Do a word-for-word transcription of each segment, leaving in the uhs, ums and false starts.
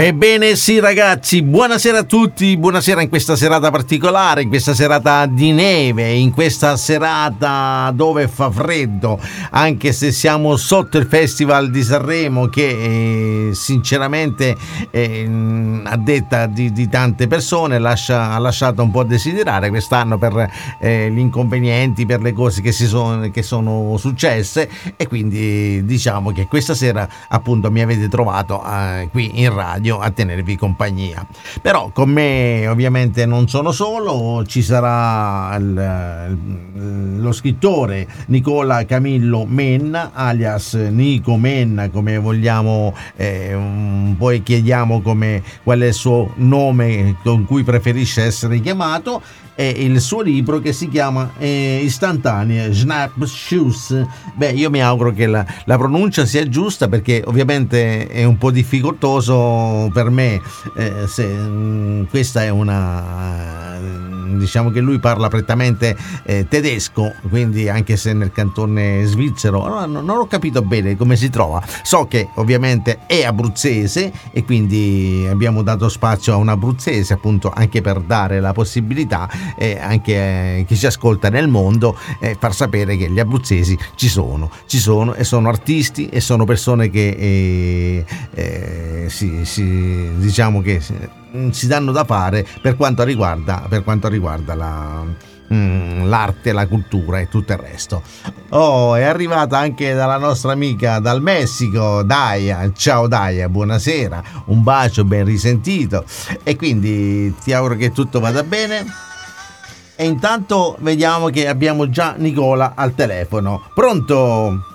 Ebbene sì ragazzi, buonasera a tutti, buonasera in questa serata particolare, in questa serata di neve, in questa serata dove fa freddo, anche se siamo sotto il Festival di Sanremo che eh, sinceramente eh, a detta di, di tante persone lascia, ha lasciato un po' a desiderare quest'anno per eh, gli inconvenienti, per le cose che, si sono, che sono successe, e quindi diciamo che questa sera appunto mi avete trovato eh, qui in radio a tenervi compagnia. Però con me ovviamente non sono solo, ci sarà il, il, lo scrittore Nicola Camillo Menna, alias Nico Menna, come vogliamo, eh, un po' chiediamo come, qual è il suo nome con cui preferisce essere chiamato, e il suo libro che si chiama eh, Istantanee Schnappschuss. Beh, io mi auguro che la, la pronuncia sia giusta, perché ovviamente è un po' difficoltoso per me, eh, se mh, questa è una eh, diciamo che lui parla prettamente eh, tedesco, quindi anche se nel cantone svizzero non, non ho capito bene come si trova. So che ovviamente è abruzzese e quindi abbiamo dato spazio a un abruzzese, appunto, anche per dare la possibilità e anche eh, chi ci ascolta nel mondo eh, far sapere che gli abruzzesi ci sono, ci sono e sono artisti e sono persone che eh, eh, si, si, diciamo che si, si danno da fare per quanto riguarda per quanto riguarda la mm, l'arte, la cultura e tutto il resto. Oh, è arrivata anche dalla nostra amica dal Messico, Daya. Ciao Daya, buonasera, un bacio ben risentito, e quindi ti auguro che tutto vada bene. E intanto vediamo che abbiamo già Nicola al telefono. Pronto?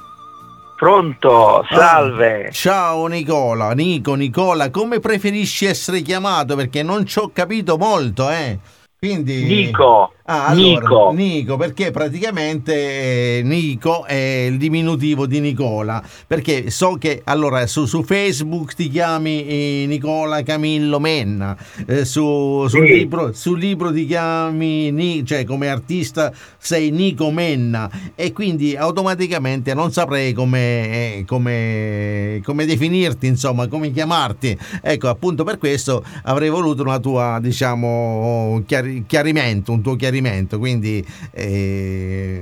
Pronto, salve. Ah, ciao Nicola, Nico, Nicola, come preferisci essere chiamato? Perché non ci ho capito molto, eh. Quindi Nico. Ah, allora, Nico. Nico, perché praticamente eh, Nico è il diminutivo di Nicola, perché so che allora su, su Facebook ti chiami eh, Nicola Camillo Menna, eh, su, sul, Sì. libro, sul libro ti chiami, Ni, cioè come artista sei Nico Menna, e quindi automaticamente non saprei come, eh, come, come definirti, insomma, come chiamarti. Ecco, appunto per questo avrei voluto una tua, diciamo, chiari, chiarimento, un tuo chiarimento. Quindi eh,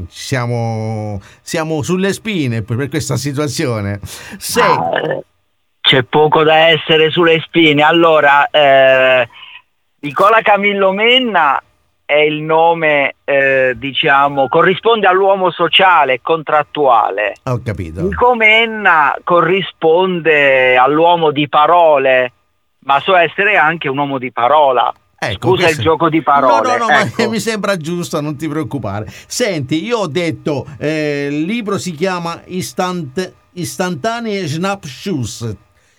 siamo, siamo sulle spine per questa situazione. Se... Ah, c'è poco da essere sulle spine. Allora, eh, Nicola Camillo Menna è il nome, eh, diciamo, corrisponde all'uomo sociale e contrattuale. Ho capito. Nico Menna corrisponde all'uomo di parole, ma so essere anche un uomo di parola. Ecco, Scusa questo... il gioco di parole. No, no, no, ecco. ma mi sembra giusto, non ti preoccupare. Senti, io ho detto, eh, il libro si chiama Istant... Istantanee Schnappschuss.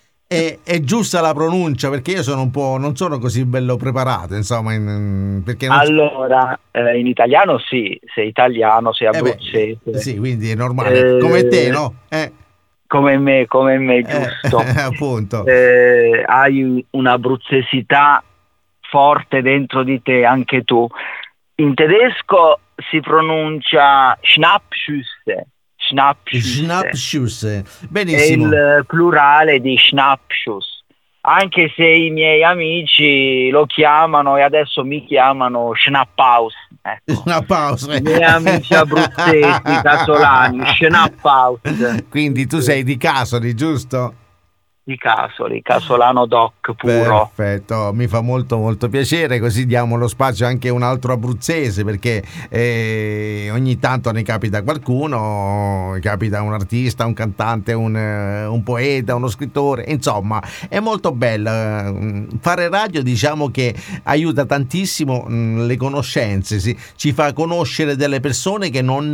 È, è giusta la pronuncia? Perché io sono un po', non sono così bello preparato, insomma, in, perché non... Allora, eh, in italiano sì, sei italiano, sei abruzzese. Eh beh, sì, quindi è normale, Eh, come te, no? Eh. Come me, come me, giusto. Eh, appunto. Eh, hai un'abruzzesità forte dentro di te, anche tu. In tedesco si pronuncia Schnappschuss. Schnappschuss. Schnappschuss. È Benissimo. il plurale di Schnappschuss. Anche se i miei amici lo chiamano, e adesso mi chiamano Schnapphaus. Ecco. Schnapphaus. I miei amici abruzzesi, casolani, Schnapphaus. Quindi tu sei di Casoli, giusto? Di Casoli, casolano doc puro. Perfetto, mi fa molto molto piacere, così diamo lo spazio anche a un altro abruzzese, perché eh, ogni tanto ne capita qualcuno, capita un artista, un cantante, un, un poeta, uno scrittore, insomma è molto bello fare radio. Diciamo che aiuta tantissimo mh, le conoscenze, sì? Ci fa conoscere delle persone che non,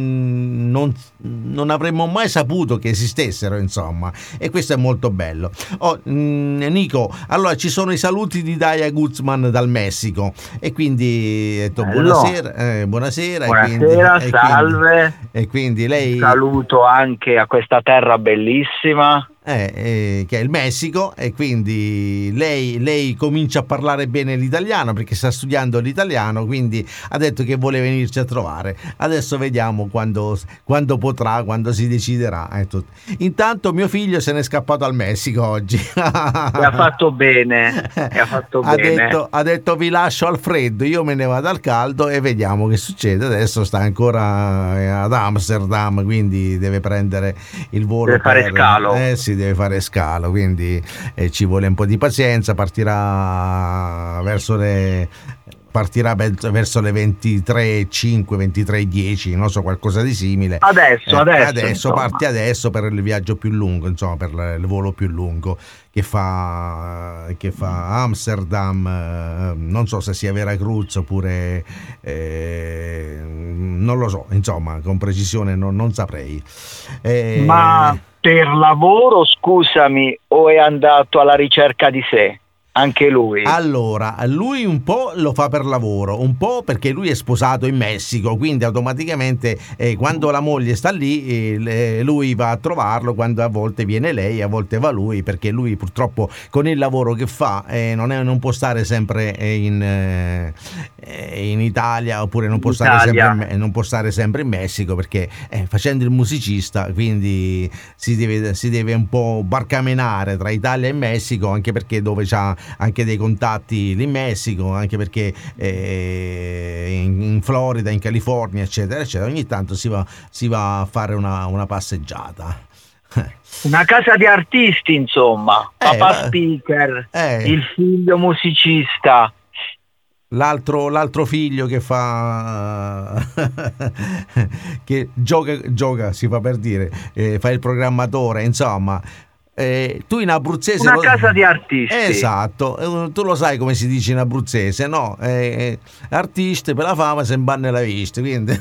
mh, non, non avremmo mai saputo che esistessero, insomma, e questo è molto bello. Oh, mh, Nico, allora ci sono i saluti di Daya Guzman dal Messico, e quindi detto, buonasera, eh, buonasera, buonasera, e quindi, salve, e quindi, e quindi lei... saluto anche a questa terra bellissima. eh, eh, che è il Messico, e quindi lei, lei comincia a parlare bene l'italiano perché sta studiando l'italiano, quindi ha detto che vuole venirci a trovare. Adesso vediamo quando, quando potrà, quando si deciderà. Eh, tutto. Intanto mio figlio se n'è scappato al Messico oggi. E ha fatto bene, e ha fatto ha bene. Detto, ha detto vi lascio al freddo, io me ne vado al caldo e vediamo che succede. Adesso sta ancora ad Amsterdam, quindi deve prendere il volo. Deve fare per, scalo. Eh sì, deve fare scalo, quindi eh, ci vuole un po' di pazienza. Partirà verso le partirà verso le ventitré e cinque, ventitré e dieci, non so, qualcosa di simile. Adesso, eh, adesso, adesso parte adesso per il viaggio più lungo, insomma, per il volo più lungo che fa che fa Amsterdam, eh, non so se sia Veracruz oppure eh, non lo so, insomma, con precisione non, non saprei. Eh, Ma per lavoro, scusami, o è andato alla ricerca di sé? Anche lui? Allora, lui un po' lo fa per lavoro, un po' perché lui è sposato in Messico, quindi automaticamente eh, quando la moglie sta lì eh, lui va a trovarlo, quando a volte viene lei, a volte va lui, perché lui purtroppo con il lavoro che fa eh, non, è, non può stare sempre in, eh, in Italia, oppure non può, stare sempre in, non può stare sempre in Messico, perché eh, facendo il musicista quindi si deve, si deve un po' barcamenare tra Italia e Messico, anche perché dove c'ha anche dei contatti lì in Messico, anche perché eh, in, in Florida, in California, eccetera, eccetera, ogni tanto si va, si va a fare una, una passeggiata. Una casa di artisti, insomma, papà eh, speaker, eh. il figlio musicista. L'altro, l'altro figlio che fa che gioca, gioca si fa per dire, eh, fa il programmatore, insomma. Eh, tu in abruzzese una lo... casa di artisti, esatto, eh, tu lo sai come si dice in abruzzese, no? Eh, artiste per la fama se imbanne la vista, quindi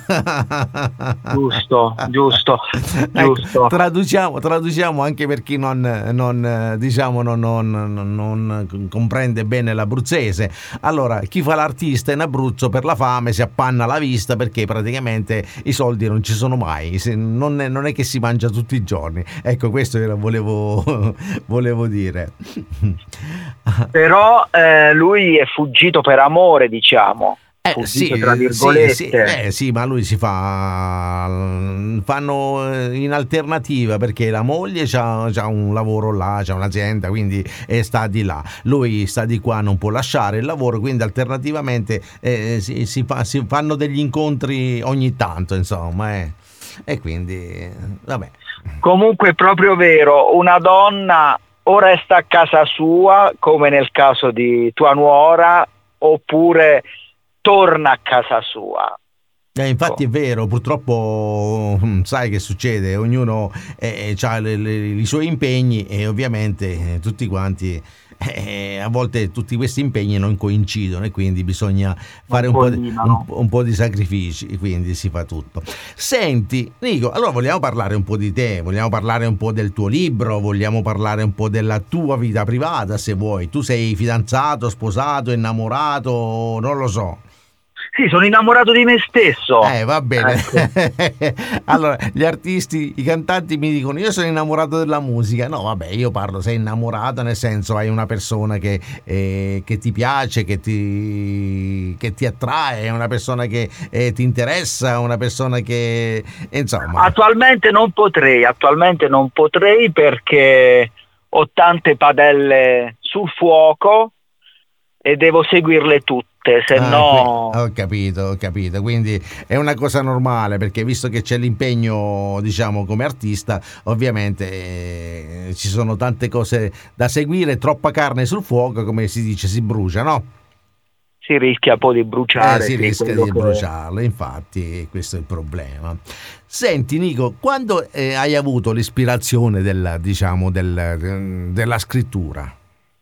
giusto, giusto, ecco, giusto. traduciamo, traduciamo anche per chi non, non diciamo non, non, non, non comprende bene l'abruzzese. Allora, chi fa l'artista in Abruzzo per la fame si appanna la vista, perché praticamente i soldi non ci sono mai, non è, non è che si mangia tutti i giorni. Ecco, questo era, volevo volevo dire. Però eh, lui è fuggito per amore, diciamo. Eh, sì, tra virgolette. Sì, sì, eh, sì, ma lui si fa fanno in alternativa, perché la moglie c'ha, c'ha un lavoro là, c'ha un'azienda, quindi eh, sta di là, lui sta di qua, non può lasciare il lavoro, quindi alternativamente eh, si, si, fa, si fanno degli incontri ogni tanto, insomma, eh. E quindi vabbè. Comunque è proprio vero, una donna o resta a casa sua, come nel caso di tua nuora, oppure torna a casa sua. Eh, infatti è vero, purtroppo sai che succede, ognuno eh, ha i suoi impegni, e ovviamente eh, tutti quanti eh, a volte tutti questi impegni non coincidono, e quindi bisogna fare un, un, po di, un, un po' di sacrifici, quindi si fa tutto. Senti Nico, allora vogliamo parlare un po' di te, vogliamo parlare un po' del tuo libro, vogliamo parlare un po' della tua vita privata, se vuoi. Tu sei fidanzato, sposato, innamorato, non lo so. Sì, sono innamorato di me stesso. Eh, va bene. Ecco. Allora, gli artisti, i cantanti mi dicono io sono innamorato della musica. No, vabbè, io parlo, sei innamorato nel senso hai una persona che, eh, che ti piace, che ti, che ti attrae, è una persona che eh, ti interessa, una persona che, insomma. Attualmente non potrei, attualmente non potrei perché ho tante padelle sul fuoco e devo seguirle tutte. Se ah, no... Ho capito, ho capito. Quindi è una cosa normale, perché visto che c'è l'impegno, diciamo, come artista, ovviamente eh, ci sono tante cose da seguire, troppa carne sul fuoco, come si dice, si brucia, no? Si rischia poi di bruciare. Eh, si sì, rischia di che... bruciarlo, infatti questo è il problema. Senti Nico, quando eh, hai avuto l'ispirazione della, diciamo, del, della scrittura?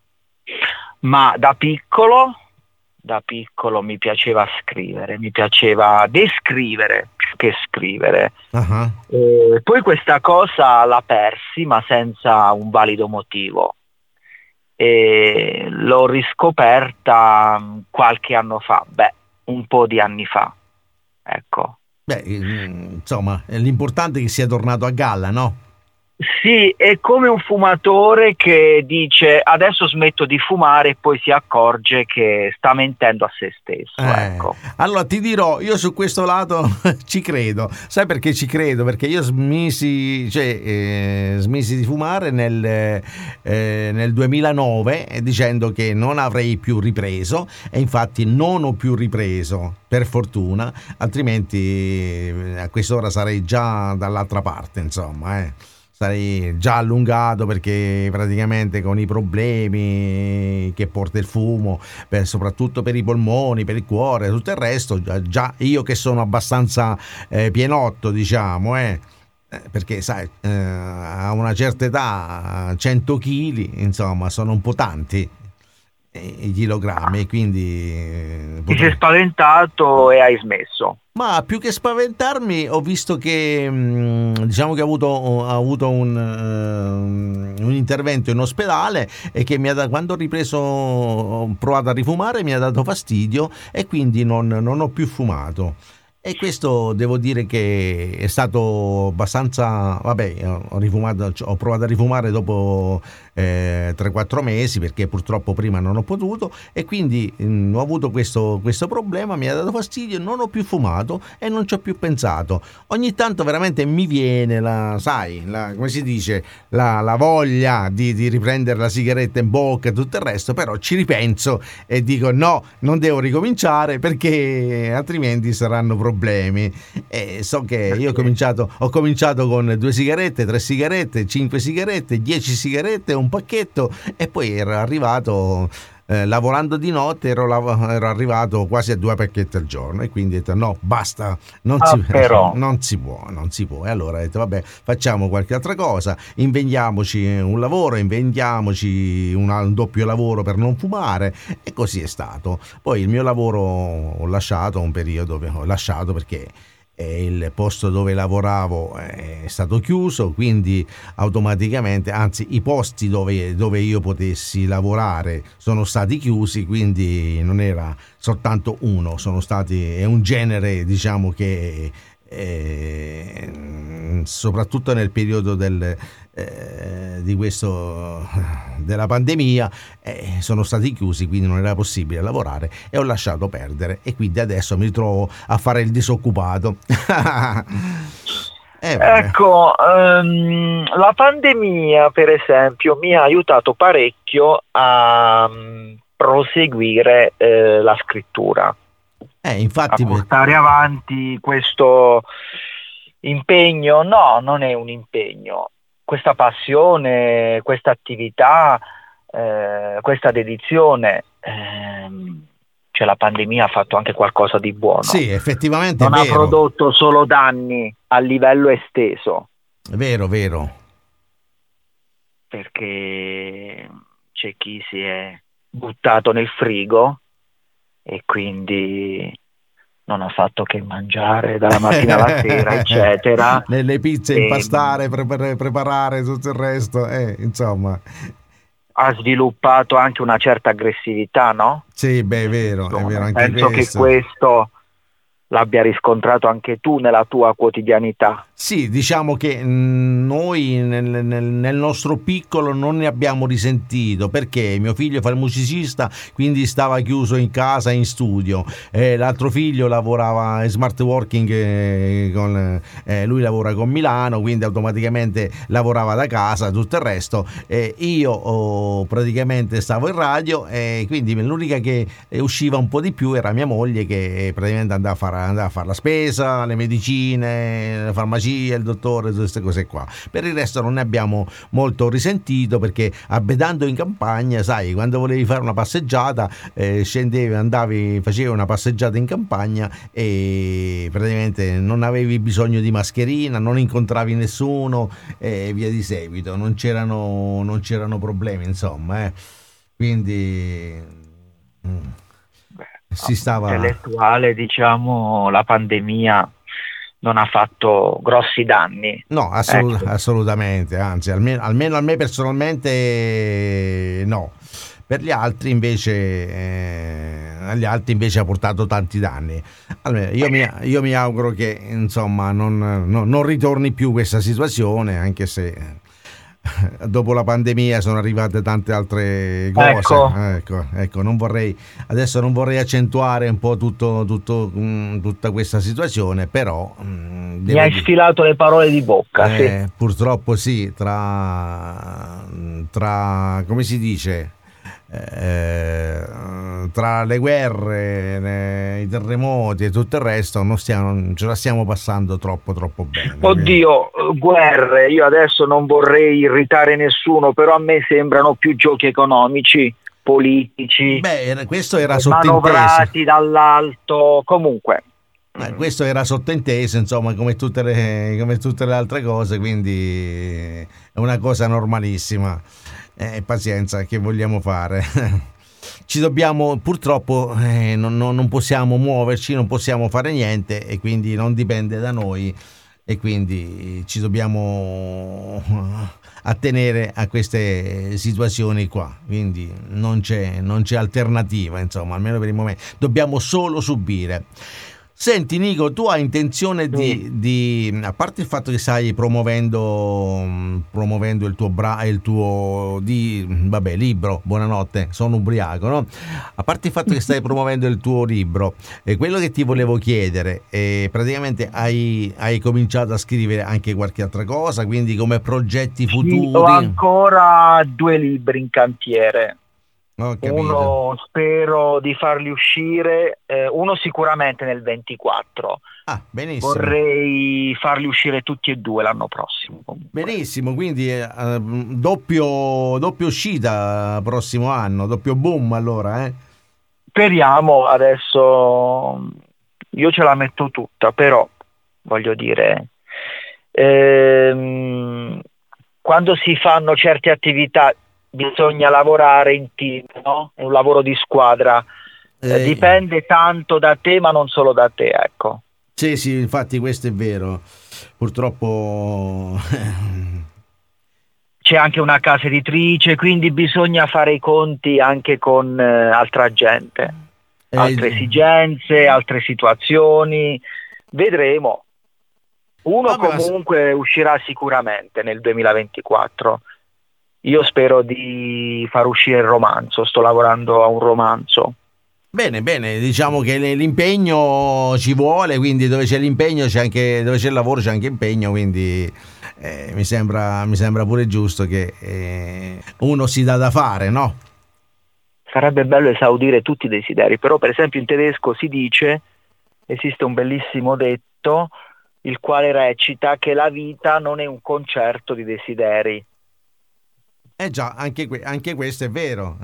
Ma da piccolo... Da piccolo mi piaceva scrivere, mi piaceva descrivere più che scrivere. Uh-huh. E poi questa cosa la persi, ma senza un valido motivo. E l'ho riscoperta qualche anno fa, beh, un po' di anni fa. Ecco. Beh, insomma, l'importante è che sia tornato a galla, no? Sì, è come un fumatore che dice adesso smetto di fumare e poi si accorge che sta mentendo a se stesso, Eh, ecco. allora ti dirò, io su questo lato ci credo. Sai perché ci credo? Perché io smisi, cioè, eh, smisi di fumare nel, eh, nel duemilanove, eh, dicendo che non avrei più ripreso, e infatti non ho più ripreso, per fortuna, altrimenti eh, a quest'ora sarei già dall'altra parte, insomma, eh. Sarei già allungato, perché praticamente con i problemi che porta il fumo, per, soprattutto per i polmoni, per il cuore, tutto il resto, già, già io che sono abbastanza eh, pienotto, diciamo, eh, eh, perché sai, eh, a una certa età cento chili, insomma, sono un po' tanti eh, i chilogrammi, e quindi eh, Ti sei potrei... spaventato e hai smesso. Ma più che spaventarmi, ho visto che mh, diciamo che ho avuto, ho avuto un, uh, un intervento in ospedale, e che mi ha da, quando ho ripreso, ho provato a rifumare, mi ha dato fastidio, e quindi non, non ho più fumato. E questo devo dire che è stato abbastanza, vabbè, ho rifumato, ho provato a rifumare dopo eh, tre quattro mesi, perché purtroppo prima non ho potuto, e quindi mh, ho avuto questo, questo problema, mi ha dato fastidio, non ho più fumato e non ci ho più pensato. Ogni tanto veramente mi viene la, sai, la, come si dice, la, la voglia di, di riprendere la sigaretta in bocca e tutto il resto, però ci ripenso e dico no, non devo ricominciare, perché altrimenti saranno problemi. E so che io ho cominciato, ho cominciato con due sigarette, tre sigarette, cinque sigarette, dieci sigarette, un pacchetto, e poi ero arrivato, eh, lavorando di notte, ero, ero arrivato quasi a due pacchetti al giorno, e quindi ho detto no, basta, non, Ah, si, però. non si può, non si può. E allora ho detto vabbè, facciamo qualche altra cosa, inventiamoci un lavoro, inventiamoci una, un doppio lavoro per non fumare, e così è stato. Poi il mio lavoro ho lasciato un periodo, ho lasciato perché eh, il posto dove lavoravo è stato chiuso, quindi automaticamente, anzi i posti dove, dove io potessi lavorare sono stati chiusi, quindi non era soltanto uno, sono stati, è un genere, diciamo, che eh, soprattutto nel periodo del eh, di questo della pandemia eh, sono stati chiusi, quindi non era possibile lavorare, e ho lasciato perdere, e quindi adesso mi ritrovo a fare il disoccupato. eh, Ecco, um, la pandemia per esempio mi ha aiutato parecchio a um, proseguire eh, la scrittura, eh, infatti, a portare avanti questo impegno. No, non è un impegno, questa passione, questa attività, eh, questa dedizione. ehm, cioè la pandemia ha fatto anche qualcosa di buono. Sì, effettivamente non è ha vero. prodotto solo danni a livello esteso. Vero, vero. Perché c'è chi si è buttato nel frigo e quindi non ha fatto che mangiare dalla mattina alla sera, eccetera. Nelle pizze e impastare, pre- preparare tutto il resto, eh, insomma. Ha sviluppato anche una certa aggressività, no? Sì, beh, è vero, è vero anche Penso questo. che questo l'abbia riscontrato anche tu nella tua quotidianità. Sì, diciamo che mh, noi nel, nel, nel nostro piccolo non ne abbiamo risentito, perché mio figlio fa il musicista, quindi stava chiuso in casa, in studio, eh, l'altro figlio lavorava in smart working, eh, con, eh, lui lavora con Milano, quindi automaticamente lavorava da casa, tutto il resto. Eh, io oh, praticamente stavo in radio, e quindi l'unica che usciva un po' di più era mia moglie, che praticamente andava a fare, andava a fare la spesa, le medicine, la farmacia, il dottore, tutte queste cose qua. Per il resto non ne abbiamo molto risentito, perché abitando in campagna, sai, quando volevi fare una passeggiata, eh, scendevi, andavi, facevi una passeggiata in campagna, e praticamente non avevi bisogno di mascherina, non incontravi nessuno, e via di seguito, non c'erano, non c'erano problemi, insomma, eh. Quindi mm, si stava intellettuale, diciamo, la pandemia non ha fatto grossi danni. No, assolut- ecco. assolutamente, anzi, almeno, almeno a me personalmente no. Per gli altri invece, eh, agli altri invece ha portato tanti danni. Allora, io, mi, io mi auguro che insomma non, non, non ritorni più questa situazione, anche se dopo la pandemia sono arrivate tante altre cose. Ecco. Ecco, ecco, non vorrei adesso non vorrei accentuare un po' tutto, tutto mh, tutta questa situazione, però mh, Mi hai dire, sfilato le parole di bocca, eh, sì. purtroppo sì, tra, tra come si dice, eh, tra le guerre, le- i terremoti e tutto il resto, non stiamo, ce la stiamo passando troppo troppo bene. Quindi- Oddio, eh, guerre, io adesso non vorrei irritare nessuno, però a me sembrano più giochi economici, politici, Beh, era- questo era eh, sottinteso. manovrati dall'alto, comunque. Eh, mm, questo era sottinteso, insomma, come tutte le, come tutte le altre cose, quindi è una cosa normalissima. Eh, pazienza, che vogliamo fare? Ci dobbiamo, purtroppo, eh, non, non- non possiamo muoverci, non possiamo fare niente e quindi non dipende da noi e quindi ci dobbiamo attenere a queste situazioni qua. Quindi non c'è, non c'è alternativa, insomma, almeno per il momento. Dobbiamo solo subire. Senti Nico, tu hai intenzione sì. di, di- a parte il fatto che stai promuovendo, mh, promuovendo il tuo, bra, il tuo di, vabbè, libro, buonanotte, sono ubriaco, no? A parte il fatto che stai promuovendo il tuo libro, eh, quello che ti volevo chiedere, eh, praticamente hai, hai cominciato a scrivere anche qualche altra cosa, quindi come progetti Sì, ho futuri? ancora due libri in cantiere. Ho capito. Uno spero di farli uscire, eh, uno sicuramente nel ventiquattro. Ah, benissimo. Vorrei farli uscire tutti e due l'anno prossimo, comunque. Benissimo, quindi eh, doppio, doppia uscita prossimo anno, doppio boom allora, eh? Speriamo adesso, io ce la metto tutta, però voglio dire, ehm, quando si fanno certe attività bisogna lavorare in team, no? È un lavoro di squadra. Eh, Eh, dipende tanto da te, ma non solo da te, ecco. sì, sì, infatti questo è vero. Purtroppo C'è anche una casa editrice, quindi bisogna fare i conti anche con eh, altra gente, altre eh, esigenze, altre situazioni. Vedremo. Uno vabbè, ma s- comunque uscirà sicuramente nel duemilaventiquattro. Io spero di far uscire il romanzo, sto lavorando a un romanzo. bene, bene, diciamo che le- l'impegno ci vuole, quindi dove c'è l'impegno c'è anche, dove c'è il lavoro c'è anche impegno, quindi eh, mi sembra, mi sembra pure giusto che eh, uno si dà da fare, no? Sarebbe bello esaudire tutti i desideri, però per esempio in tedesco si dice, esiste un bellissimo detto, il quale recita che la vita non è un concerto di desideri. Eh già, anche, que- anche questo è vero.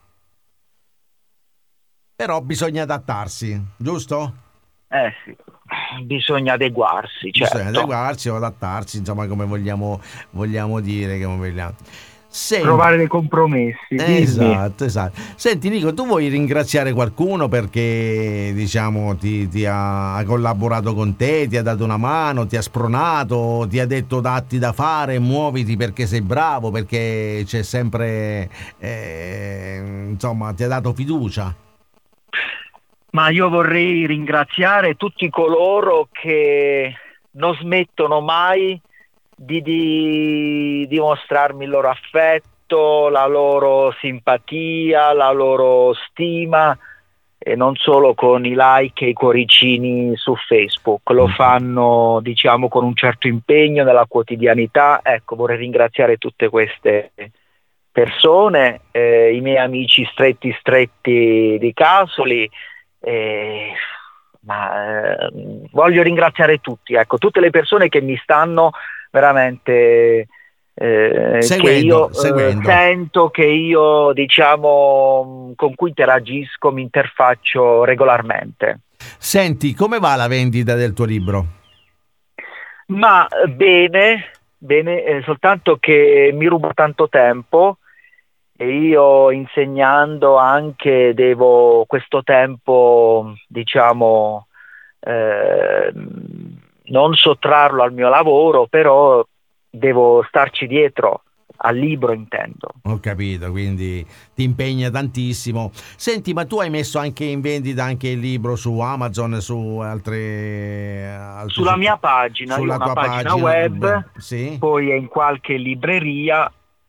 Però bisogna adattarsi, giusto? Eh sì, bisogna adeguarsi, Bisogna certo. adeguarsi o adattarsi, insomma, come vogliamo, vogliamo dire, come vogliamo. Senti, Trovare dei compromessi, dimmi. esatto, esatto. Senti Nico, tu vuoi ringraziare qualcuno perché, diciamo, ti, ti ha, ha collaborato con te, ti ha dato una mano, ti ha spronato, ti ha detto datti da fare, muoviti perché sei bravo, perché c'è sempre, eh, insomma, ti ha dato fiducia. Ma io vorrei ringraziare tutti coloro che non smettono mai di, di dimostrarmi il loro affetto, la loro simpatia, la loro stima, e non solo con i like e i cuoricini su Facebook, lo fanno, diciamo, con un certo impegno nella quotidianità. Ecco, vorrei ringraziare tutte queste persone, eh, i miei amici stretti stretti di Casoli, eh, ma eh, voglio ringraziare tutti, ecco, tutte le persone che mi stanno veramente, eh, che Seguendo, io eh, seguendo. sento, che io diciamo con cui interagisco, mi interfaccio regolarmente. Senti, come va la vendita del tuo libro? Ma eh, bene, bene, eh, soltanto che mi ruba tanto tempo e io insegnando anche devo questo tempo, diciamo, eh, non sottrarlo al mio lavoro, però devo starci dietro. al libro intendo. Ho capito, quindi ti impegna tantissimo. Senti, ma tu hai messo anche in vendita anche il libro su Amazon, su altre, altre Sulla su- mia pagina, io sulla ho una tua pagina pagina? web, Beh, sì. poi è in qualche libreria,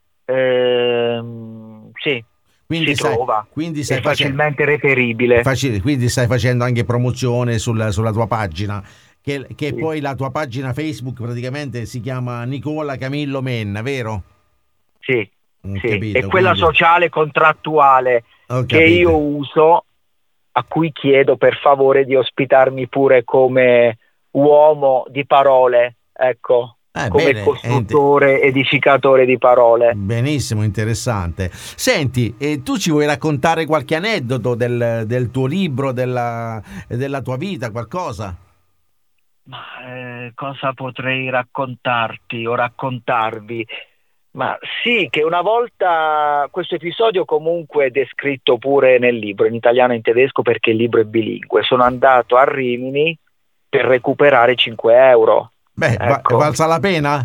ehm, sì, si Quindi stai, trova, quindi è stai facendo, facilmente reperibile. facile, quindi stai facendo anche promozione sul- sulla tua pagina, che, che Sì, poi la tua pagina Facebook praticamente si chiama Nicola Camillo Menna, vero? sì, Ho sì. È capito, quella quindi sociale contrattuale ho che capito. io uso, a cui chiedo per favore di ospitarmi pure come uomo di parole, ecco, Eh, come bene, è int- costruttore, edificatore di parole. benissimo, interessante. Senti, eh, tu ci vuoi raccontare qualche aneddoto del, del tuo libro, della, della tua vita, qualcosa? Ma eh, cosa potrei raccontarti o raccontarvi? Ma sì, che una volta questo episodio comunque è descritto pure nel libro, in italiano e in tedesco perché il libro è bilingue. Sono andato a Rimini per recuperare cinque euro. Beh, va- è Ecco. valsa la pena?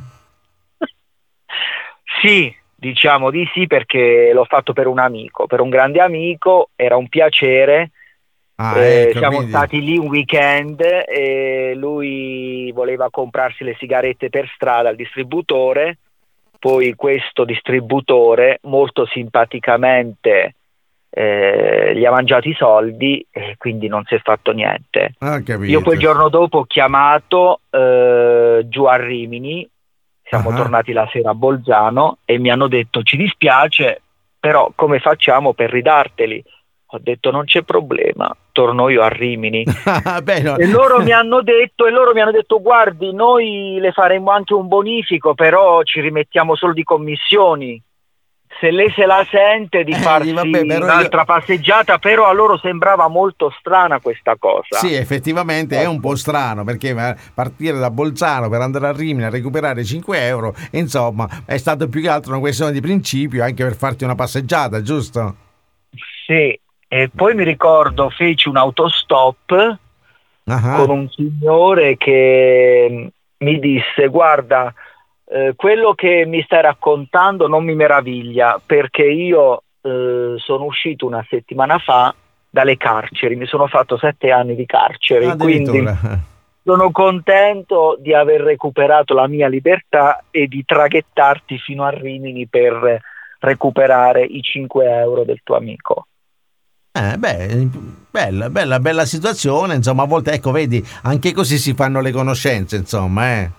Sì, diciamo di sì perché l'ho fatto per un amico, per un grande amico, era un piacere. Ah, Eh, ecco, siamo quindi... stati lì un weekend e lui voleva comprarsi le sigarette per strada al distributore, poi questo distributore molto simpaticamente eh, gli ha mangiato i soldi e quindi non si è fatto niente. Ho Io poi il capito. giorno dopo ho chiamato eh, giù a Rimini, siamo Ah, tornati la sera a Bolzano e mi hanno detto ci dispiace, però come facciamo per ridarteli? Ho detto non c'è problema, torno io a Rimini. ah. Beh, no. E loro mi hanno detto, e loro mi hanno detto guardi, noi le faremo anche un bonifico, però ci rimettiamo solo di commissioni. Se lei se la sente di Eh, di- vabbè, farsi però io... un'altra passeggiata, però a loro sembrava molto strana questa cosa. Sì, effettivamente è un po' Ecco. strano perché ma- partire da Bolzano per andare a Rimini a recuperare cinque euro, insomma, è stato più che altro una questione di principio anche per farti una passeggiata, giusto? Sì, e poi mi ricordo feci un autostop con Ah, un signore che mi disse guarda, eh, quello che mi stai raccontando non mi meraviglia perché io eh, sono uscito una settimana fa dalle carceri, mi sono fatto sette anni di ah, carceri, quindi addirittura. sono contento di aver recuperato la mia libertà e di traghettarti fino a Rimini per recuperare i cinque euro del tuo amico. Eh, beh, bella, bella, bella situazione, insomma, a volte, ecco, vedi, anche così si fanno le conoscenze, insomma, eh.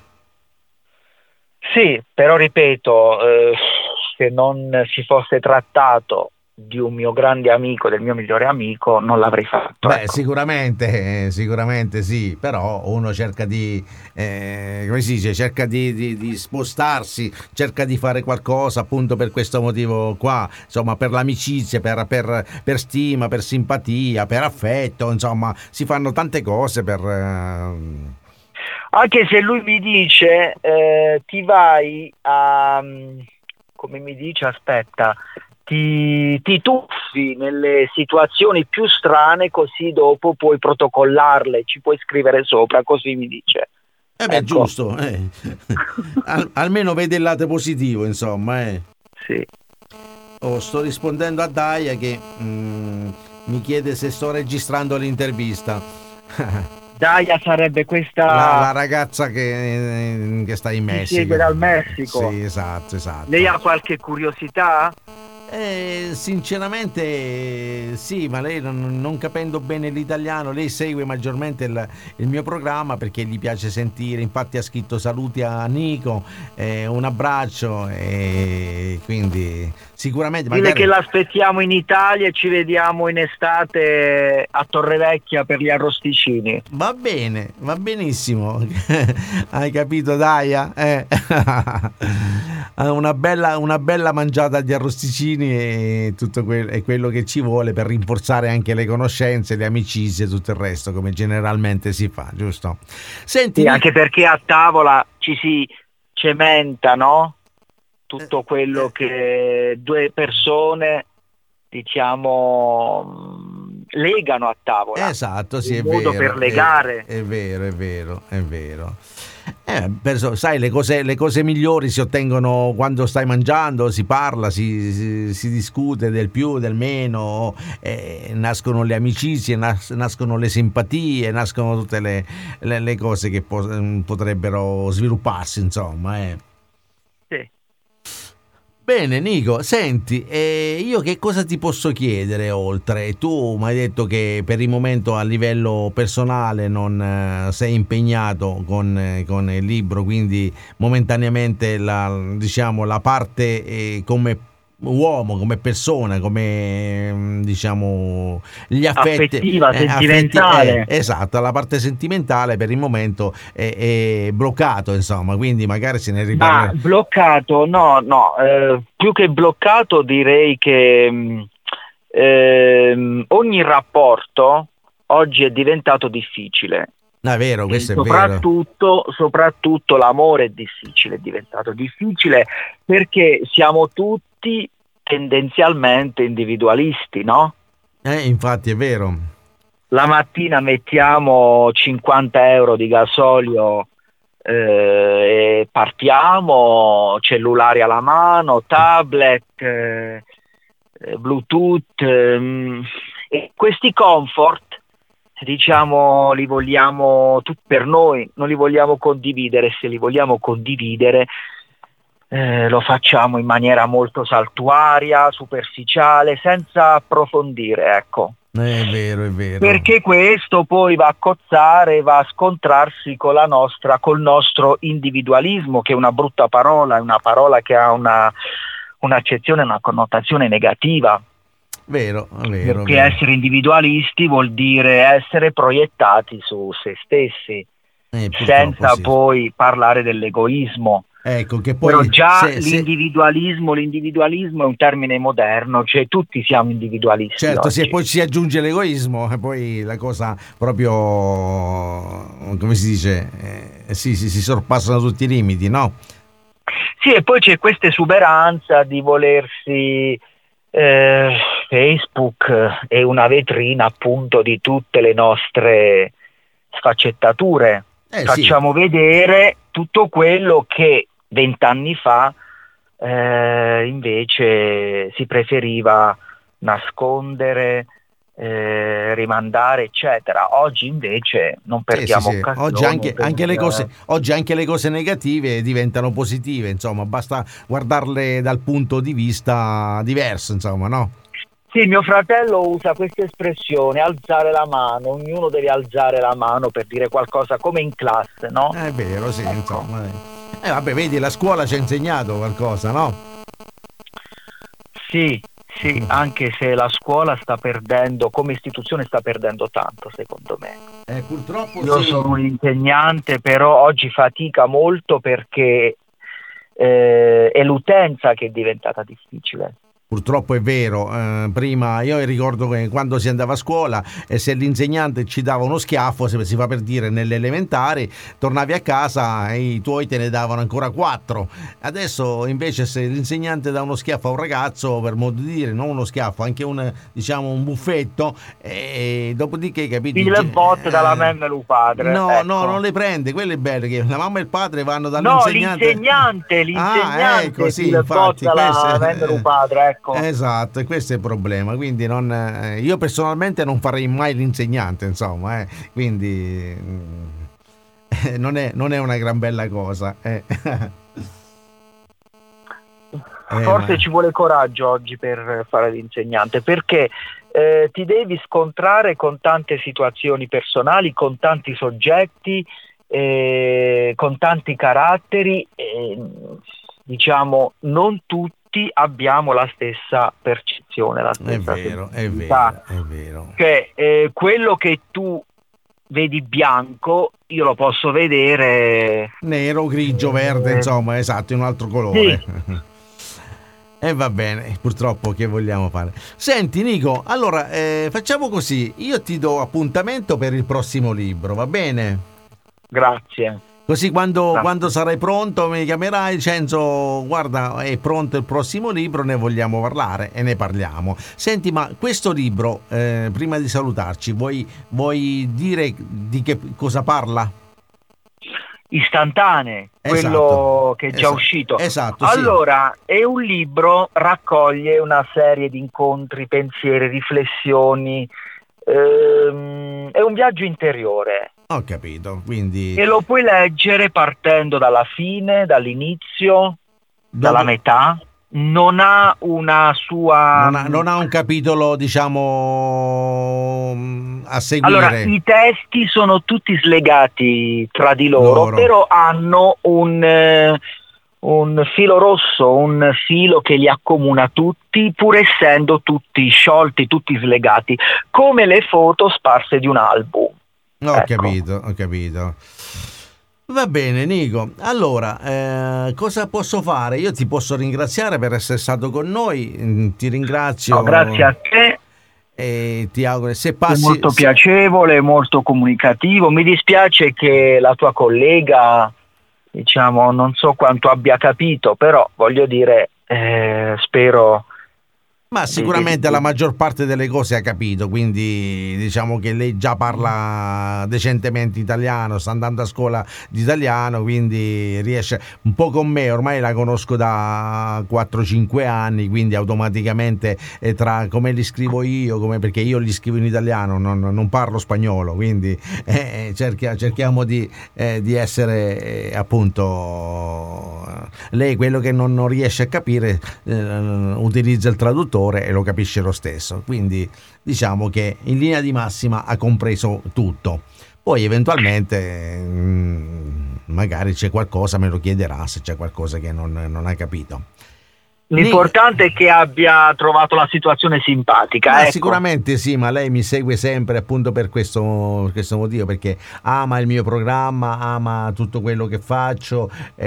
Sì, però ripeto, eh, se non si fosse trattato di un mio grande amico, del mio migliore amico, non l'avrei fatto, Beh, ecco. sicuramente, eh, sicuramente sì, però uno cerca di, eh, come si dice, cerca di, di- di spostarsi, cerca di fare qualcosa appunto per questo motivo qua, insomma, per l'amicizia, per, per- per stima, per simpatia, per affetto, insomma, si fanno tante cose per... eh, Anche se lui mi dice, eh, ti vai a, come mi dice, aspetta, ti, ti tuffi nelle situazioni più strane così dopo puoi protocollarle, ci puoi scrivere sopra, così mi dice. Eh beh, Ecco, giusto, eh. Al- almeno vede il lato positivo, insomma, eh. sì. Oh, sto rispondendo a Daia che mm, mi chiede se sto registrando l'intervista. Daia sarebbe La, questa la ragazza che, che sta in che Messico. siede dal Messico. Sì, esatto, Lei esatto. ha qualche curiosità? Eh, sinceramente sì, ma lei non, non capendo bene l'italiano, lei segue maggiormente il, il mio programma perché gli piace sentire, infatti ha scritto saluti a Nico, eh, un abbraccio e quindi sicuramente Dile che magari... l'aspettiamo in Italia e ci vediamo in estate a Torrevecchia per gli arrosticini. Va bene, va benissimo. Hai capito, Daia? Eh. Una bella, una bella mangiata di arrosticini e tutto que- è quello che ci vuole per rinforzare anche le conoscenze, le amicizie e tutto il resto, come generalmente si fa, giusto? Senti, Sì, Nick, anche perché a tavola ci si cementa, no? eh, Tutto quello eh, che due persone, diciamo, mh, legano a tavola. esatto, È sì, un è modo per vero, è, legare. è vero, è vero, è vero. Eh, penso, sai, le cose, le cose migliori si ottengono quando stai mangiando, si parla, si, si, si discute del più, del meno, eh, nascono le amicizie, nas, nascono le simpatie, nascono tutte le, le, le cose che po- potrebbero svilupparsi, insomma. Eh. Sì. Bene Nico, senti, eh, io che cosa ti posso chiedere oltre? Tu mi hai detto che per il momento a livello personale non eh, sei impegnato con, eh, con il libro, quindi momentaneamente la, diciamo, la parte eh, come uomo, come persona, come mm, diciamo gli affetti, Affettiva, eh, affetti eh, sentimentale. esatto, la parte sentimentale per il momento è, è bloccato, insomma, quindi magari se ne Ma riparlerà. bloccato, no, no, eh, più che bloccato direi che mh, ehm, ogni rapporto oggi è diventato difficile. No, è vero, E questo è vero. soprattutto, soprattutto l'amore è difficile, è diventato difficile perché siamo tutti tendenzialmente individualisti, no? Eh, infatti è vero. La mattina mettiamo cinquanta euro di gasolio eh, e partiamo, cellulari alla mano, tablet, eh, eh, Bluetooth, ehm, e questi comfort, diciamo, li vogliamo tutti per noi, non li vogliamo condividere. Se li vogliamo condividere, eh, lo facciamo in maniera molto saltuaria, superficiale, senza approfondire, ecco. È vero, è vero. Perché questo poi va a cozzare, va a scontrarsi con la nostra, col nostro individualismo, che è una brutta parola, è una parola che ha una, un'accezione, una connotazione negativa. Vero, vero, Perché vero. essere individualisti vuol dire essere proiettati su se stessi, Eh, purtroppo senza sì. poi parlare dell'egoismo. Ecco che Però poi già se, se l'individualismo, l'individualismo è un termine moderno, cioè tutti siamo individualisti certo, se oggi. poi si aggiunge l'egoismo, e poi la cosa proprio come si dice, eh, sì, sì, si sorpassano tutti i limiti, no? Sì, e poi c'è questa esuberanza di volersi eh, Facebook è una vetrina appunto di tutte le nostre sfaccettature. Eh sì. Facciamo vedere tutto quello che vent'anni fa eh, invece si preferiva nascondere, eh, rimandare, eccetera. Oggi invece non Sì, sì, perdiamo sì. Oggi occasione anche, per anche le cose, oggi anche le cose negative diventano positive, insomma, basta guardarle dal punto di vista diverso, insomma, no? Sì, mio fratello usa questa espressione, alzare la mano, ognuno deve alzare la mano per dire qualcosa, come in classe, no? È vero, sì, Ecco. insomma. Eh, vabbè, vedi, la scuola ci ha insegnato qualcosa, no? Sì, sì, anche se la scuola sta perdendo, come istituzione sta perdendo tanto, secondo me. Eh, purtroppo Io sì. sono un insegnante, però oggi fatica molto perché eh, è l'utenza che è diventata difficile. Purtroppo è vero, eh, prima io ricordo che quando si andava a scuola e se l'insegnante ci dava uno schiaffo, se si fa per dire nelle elementari, tornavi a casa e i tuoi te ne davano ancora quattro. Adesso invece se l'insegnante dà uno schiaffo a un ragazzo, per modo di dire, non uno schiaffo, anche un, diciamo, un buffetto, e dopodiché, capiti? File e botte dalla Eh, mamma e lo padre, no, no, non ecco. le prende, quello è bello, che la mamma e il padre vanno No, dall'insegnante. l'insegnante, Ah, ecco, l'insegnante, sì, file e infatti, botte questo dalla mamma e lo è, padre, ecco. esatto, e questo è il problema. Quindi non, eh, io personalmente non farei mai l'insegnante, insomma, eh, quindi mm, eh, non è, non è una gran bella cosa. Eh. Eh, Forse ma- ci vuole coraggio oggi per fare l'insegnante, perché eh, ti devi scontrare con tante situazioni personali, con tanti soggetti, eh, con tanti caratteri, e, diciamo, non tutti abbiamo la stessa percezione, la È stessa vero, è sensibilità. vero, è vero. Cioè, eh, quello che tu vedi bianco, io lo posso vedere. Nero, grigio, verde, eh, insomma, esatto, in un altro sì, colore. E va bene, purtroppo che vogliamo fare? Senti Nico, allora eh, facciamo così, io ti do appuntamento per il prossimo libro, va bene? grazie. Così quando, grazie. quando sarai pronto mi chiamerai dicendo guarda è pronto il prossimo libro, ne vogliamo parlare e ne parliamo. Senti, ma questo libro, eh, prima di salutarci, vuoi, vuoi dire di che cosa parla? istantanee, quello esatto, che è già esatto, uscito. Esatto, allora, sì. È un libro, raccoglie una serie di incontri, pensieri, riflessioni, ehm, è un viaggio interiore. Ho capito, quindi... E lo puoi leggere partendo dalla fine, dall'inizio, Dove... dalla metà. Non ha una sua... Non ha, non ha un capitolo, diciamo, a seguire. Allora, i testi sono tutti slegati tra di loro, loro. però hanno un, eh, un filo rosso, un filo che li accomuna tutti, pur essendo tutti sciolti, tutti slegati, come le foto sparse di un album. Ho ecco. capito, ho capito. Va bene Nico, allora eh, cosa posso fare? Io ti posso ringraziare per essere stato con noi, ti ringrazio. No, grazie a te. E ti auguro se passi... È molto se... piacevole, molto comunicativo. Mi dispiace che la tua collega, diciamo, non so quanto abbia capito, però voglio dire, eh, spero... Ma sicuramente la maggior parte delle cose ha capito, quindi diciamo che lei già parla decentemente italiano, sta andando a scuola di italiano, quindi riesce un po' con me, ormai la conosco da quattro cinque anni, quindi automaticamente eh, tra come li scrivo io, come, perché io li scrivo in italiano, non, non parlo spagnolo, quindi eh, cerchia, cerchiamo di, eh, di essere eh, appunto lei quello che non, non riesce a capire eh, utilizza il traduttore e lo capisce lo stesso, quindi diciamo che in linea di massima ha compreso tutto. Poi eventualmente mh, magari c'è qualcosa, me lo chiederà se c'è qualcosa che non, non ha capito. L'importante è che abbia trovato la situazione simpatica. Ah, ecco. Sicuramente sì, ma lei mi segue sempre appunto per questo, questo motivo, perché ama il mio programma, ama tutto quello che faccio,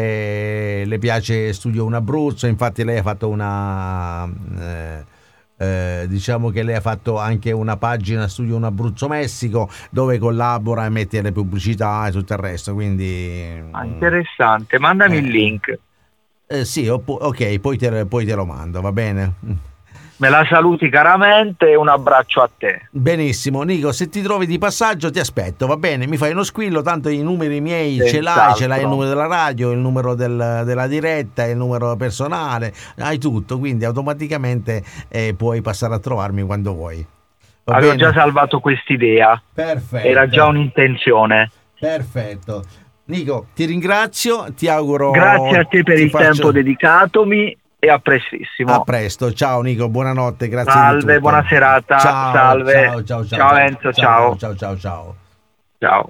eh, le piace Studio Un Abruzzo, infatti lei ha fatto una... Eh, Eh, diciamo che lei ha fatto anche una pagina Studio Un Abruzzo Messico dove collabora e mette le pubblicità e tutto il resto, quindi ah, interessante, mandami eh, il link. Eh, sì, ok, poi te, poi te lo mando, va bene? Me la saluti caramente e un abbraccio a te. Benissimo, Nico, se ti trovi di passaggio ti aspetto, va bene? Mi fai uno squillo, tanto i numeri miei Senz'altro. ce l'hai, ce l'hai il numero della radio, il numero del, della diretta, il numero personale, hai tutto, quindi automaticamente eh, puoi passare a trovarmi quando vuoi. Va Avevo bene? già salvato quest'idea. Perfetto. Era già un'intenzione. Perfetto. Nico, ti ringrazio, ti auguro... Grazie a te per il faccio... tempo dedicatomi e a prestissimo. A presto, ciao Nico, buonanotte, grazie Salve, di tutto. buona serata. Ciao, Salve. Ciao, ciao, ciao, ciao Enzo, ciao. Ciao, ciao, ciao. Ciao.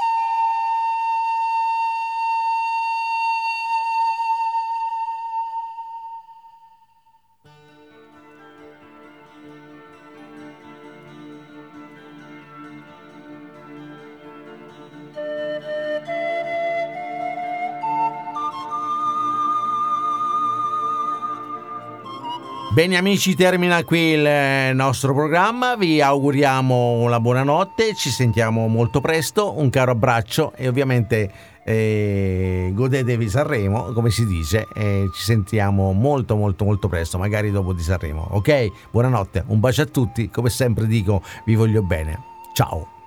Bene amici, termina qui il nostro programma, vi auguriamo una buonanotte, ci sentiamo molto presto, un caro abbraccio e ovviamente eh, godetevi Sanremo, come si dice, e ci sentiamo molto molto molto presto, magari dopo di Sanremo, ok? Buonanotte, un bacio a tutti, come sempre dico, vi voglio bene, ciao!